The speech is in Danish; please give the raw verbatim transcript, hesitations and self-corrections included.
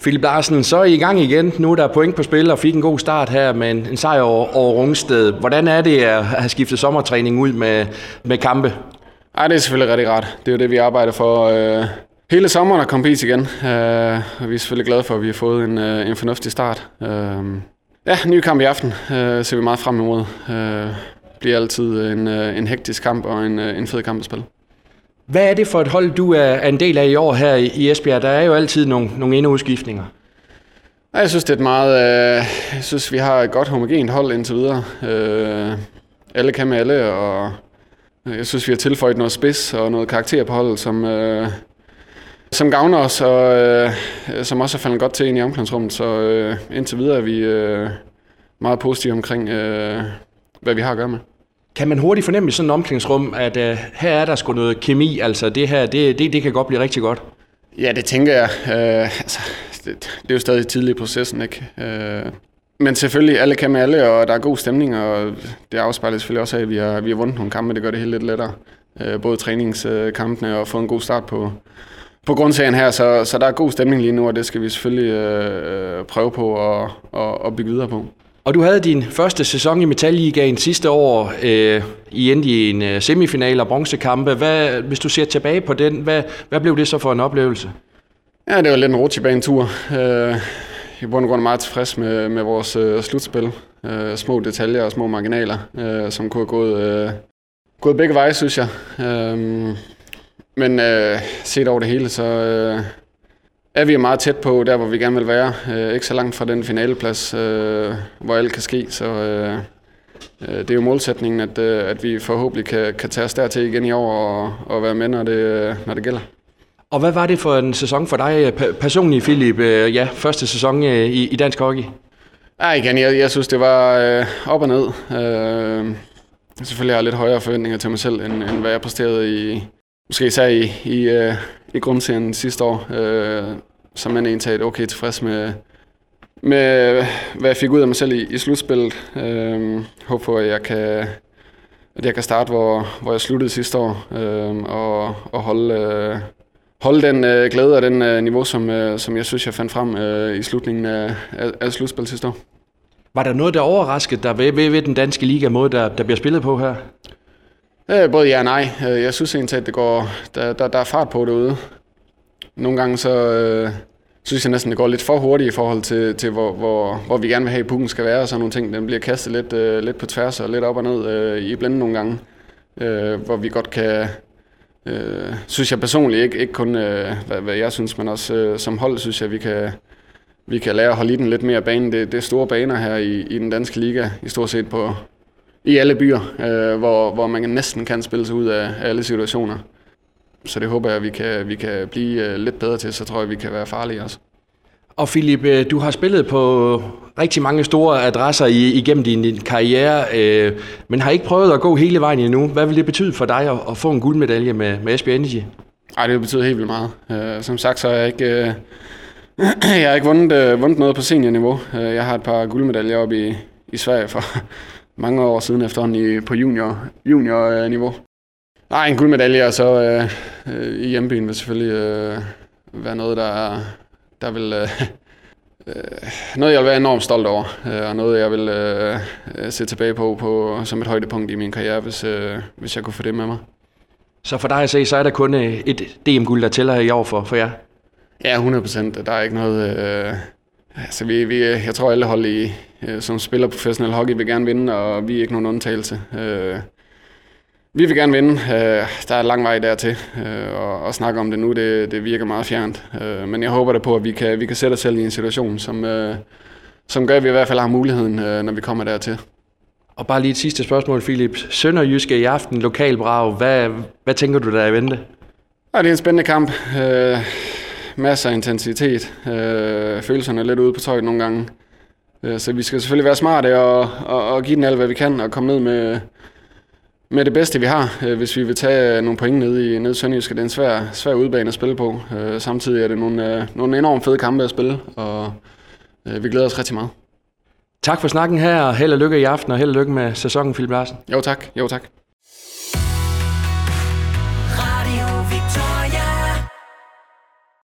Philip Larsen, så er I i gang igen. Nu er der point på spil og fik en god start her med en, en sejr over, over Rungsted. Hvordan er det at have skiftet sommertræning ud med, med kampe? Ej, det er selvfølgelig rigtig rart. Det er jo det, vi arbejder for øh, hele sommeren at komme igen. Øh, og vi er selvfølgelig glade for, at vi har fået en, øh, en fornuftig start. Øh, ja, ny kamp i aften øh, ser vi meget frem imod. Øh, bliver altid en, øh, en hektisk kamp og en, øh, en fed kamp at spille. Hvad er det for et hold, du er en del af i år her i Esbjerg? Der er jo altid nogle, nogle indudskiftninger. Jeg synes, det er et meget, øh, jeg synes, vi har et godt homogent hold indtil videre. Øh, alle kan med alle, og jeg synes, vi har tilføjet noget spids og noget karakter på holdet, som, øh, som gavner os, og øh, som også er faldet godt til ind i omklædningsrummet. Så øh, indtil videre er vi øh, meget positive omkring, øh, hvad vi har at gøre med. Kan man hurtigt fornemme i sådan et omklædningsrum, at uh, her er der sgu noget kemi, altså det her, det, det, det kan godt blive rigtig godt? Ja, det tænker jeg. Uh, altså, det, det er jo stadig tidligt i processen, ikke? Uh, men selvfølgelig, alle kan med alle, og der er god stemning, og det afspejler selvfølgelig også af, at vi har, vi har vundet nogle kampe, det gør det helt lidt lettere. Uh, både træningskampene og fået en god start på, på grundserien her, så, så der er god stemning lige nu, og det skal vi selvfølgelig uh, prøve på og, og, og bygge videre på. Og du havde din første sæson i Metalligaen sidste år. Øh, I endte i en øh, semifinal og bronzekampe. Hvad, hvis du ser tilbage på den, hvad, hvad blev det så for en oplevelse? Ja, det var lidt en rutsjebanetur. Øh, I bund og grund er meget tilfreds med, med vores øh, slutspil. Øh, små detaljer og små marginaler, øh, som kunne have gået, øh, gået begge veje, synes jeg. Øh, men øh, set over det hele, så... Øh, er vi meget tæt på der, hvor vi gerne vil være. Øh, ikke så langt fra den finaleplads, øh, hvor alt kan ske. Så øh, øh, det er jo målsætningen, at, øh, at vi forhåbentlig kan, kan tage os dertil igen i år og, og være med, når det, når det gælder. Og hvad var det for en sæson for dig personligt, Philip? Ja, første sæson i, i dansk hockey. Ja, igen, jeg, jeg synes, det var øh, op og ned. Øh, selvfølgelig har jeg lidt højere forventninger til mig selv, end, end hvad jeg præsterede i, måske især i, i, øh, i grundserien sidste år. Øh, så man egentlig er okay tilfreds med, med, hvad jeg fik ud af mig selv i, i slutspillet. Øh, håber på, at jeg kan, at jeg kan starte, hvor, hvor jeg sluttede sidste år, øh, og, og holde, øh, holde den øh, glæde og den øh, niveau, som, øh, som jeg synes, jeg fandt frem øh, i slutningen af, af, af slutspillet sidste år. Var der noget, der overraskede dig ved, ved, ved den danske liga måde, der, der bliver spillet på her? Øh, både ja og nej. Jeg synes egentlig, at det går, der, der, der er fart på derude. Nogle gange så øh, synes jeg næsten, det går lidt for hurtigt i forhold til, til hvor, hvor, hvor vi gerne vil have, at pucken skal være, og sådan nogle ting. Den bliver kastet lidt, øh, lidt på tværs og lidt op og ned øh, i blinde nogle gange, øh, hvor vi godt kan, øh, synes jeg personligt, ikke, ikke kun øh, hvad, hvad jeg synes, men også øh, som hold, synes jeg, vi kan, vi kan lære at holde i den lidt mere bane. Det, det er store baner her i, i den danske liga, i stort set på i alle byer, øh, hvor, hvor man næsten kan spille sig ud af, af alle situationer. Så det håber jeg, at vi kan, vi kan blive øh, lidt bedre til, så tror jeg, vi kan være farlige også. Og Philip, du har spillet på rigtig mange store adresser igennem din, din karriere, øh, men har ikke prøvet at gå hele vejen endnu. Hvad vil det betyde for dig at, at få en guldmedalje med, med Esbjerg Energy? Ej, det betyder helt vildt meget. Øh, som sagt, så har jeg ikke, øh, jeg har ikke vundet, øh, vundet noget på seniorniveau. Jeg har et par guldmedaljer oppe i, i Sverige for mange år siden efterhånden i, på junior, junior-niveau. Nej, en guldmedalje, og så øh, øh, i hjembyen vil selvfølgelig øh, være noget, der, der vil... Øh, øh, noget, jeg vil være enormt stolt over, øh, og noget, jeg vil øh, se tilbage på, på som et højdepunkt i min karriere, hvis, øh, hvis jeg kunne få det med mig. Så for dig at se, så er der kun et D M-guld, der tæller i år for, for jer? Ja, hundrede procent. Der er ikke noget... Øh, altså, vi, vi, jeg tror, alle hold, i, øh, som spiller professionel hockey, vil gerne vinde, og vi er ikke nogen undtagelse. Øh, Vi vil gerne vinde. Der er lang vej dertil, og at snakke om det nu, det, det virker meget fjernt. Men jeg håber da på, at vi kan, vi kan sætte os selv i en situation, som, som gør, at vi i hvert fald har muligheden, når vi kommer dertil. Og bare lige et sidste spørgsmål, Philip. Sønderjyske i aften, lokalbrag. Hvad, hvad tænker du, der er i vente? Ja, det er en spændende kamp. Øh, masser af intensitet. Øh, følelserne er lidt ude på tøjet nogle gange. Øh, så vi skal selvfølgelig være smarte og, og, og give den alt, hvad vi kan, og komme ned med... med det bedste, vi har, hvis vi vil tage nogle point ned i ned i Sønderjyske. Det er en svær, svær udbane at spille på. Samtidig er det nogle, nogle enormt fede kampe at spille, og vi glæder os rigtig meget. Tak for snakken her, og held og lykke i aften, og held og lykke med sæsonen, Philip Larsen. Jo tak, jo tak.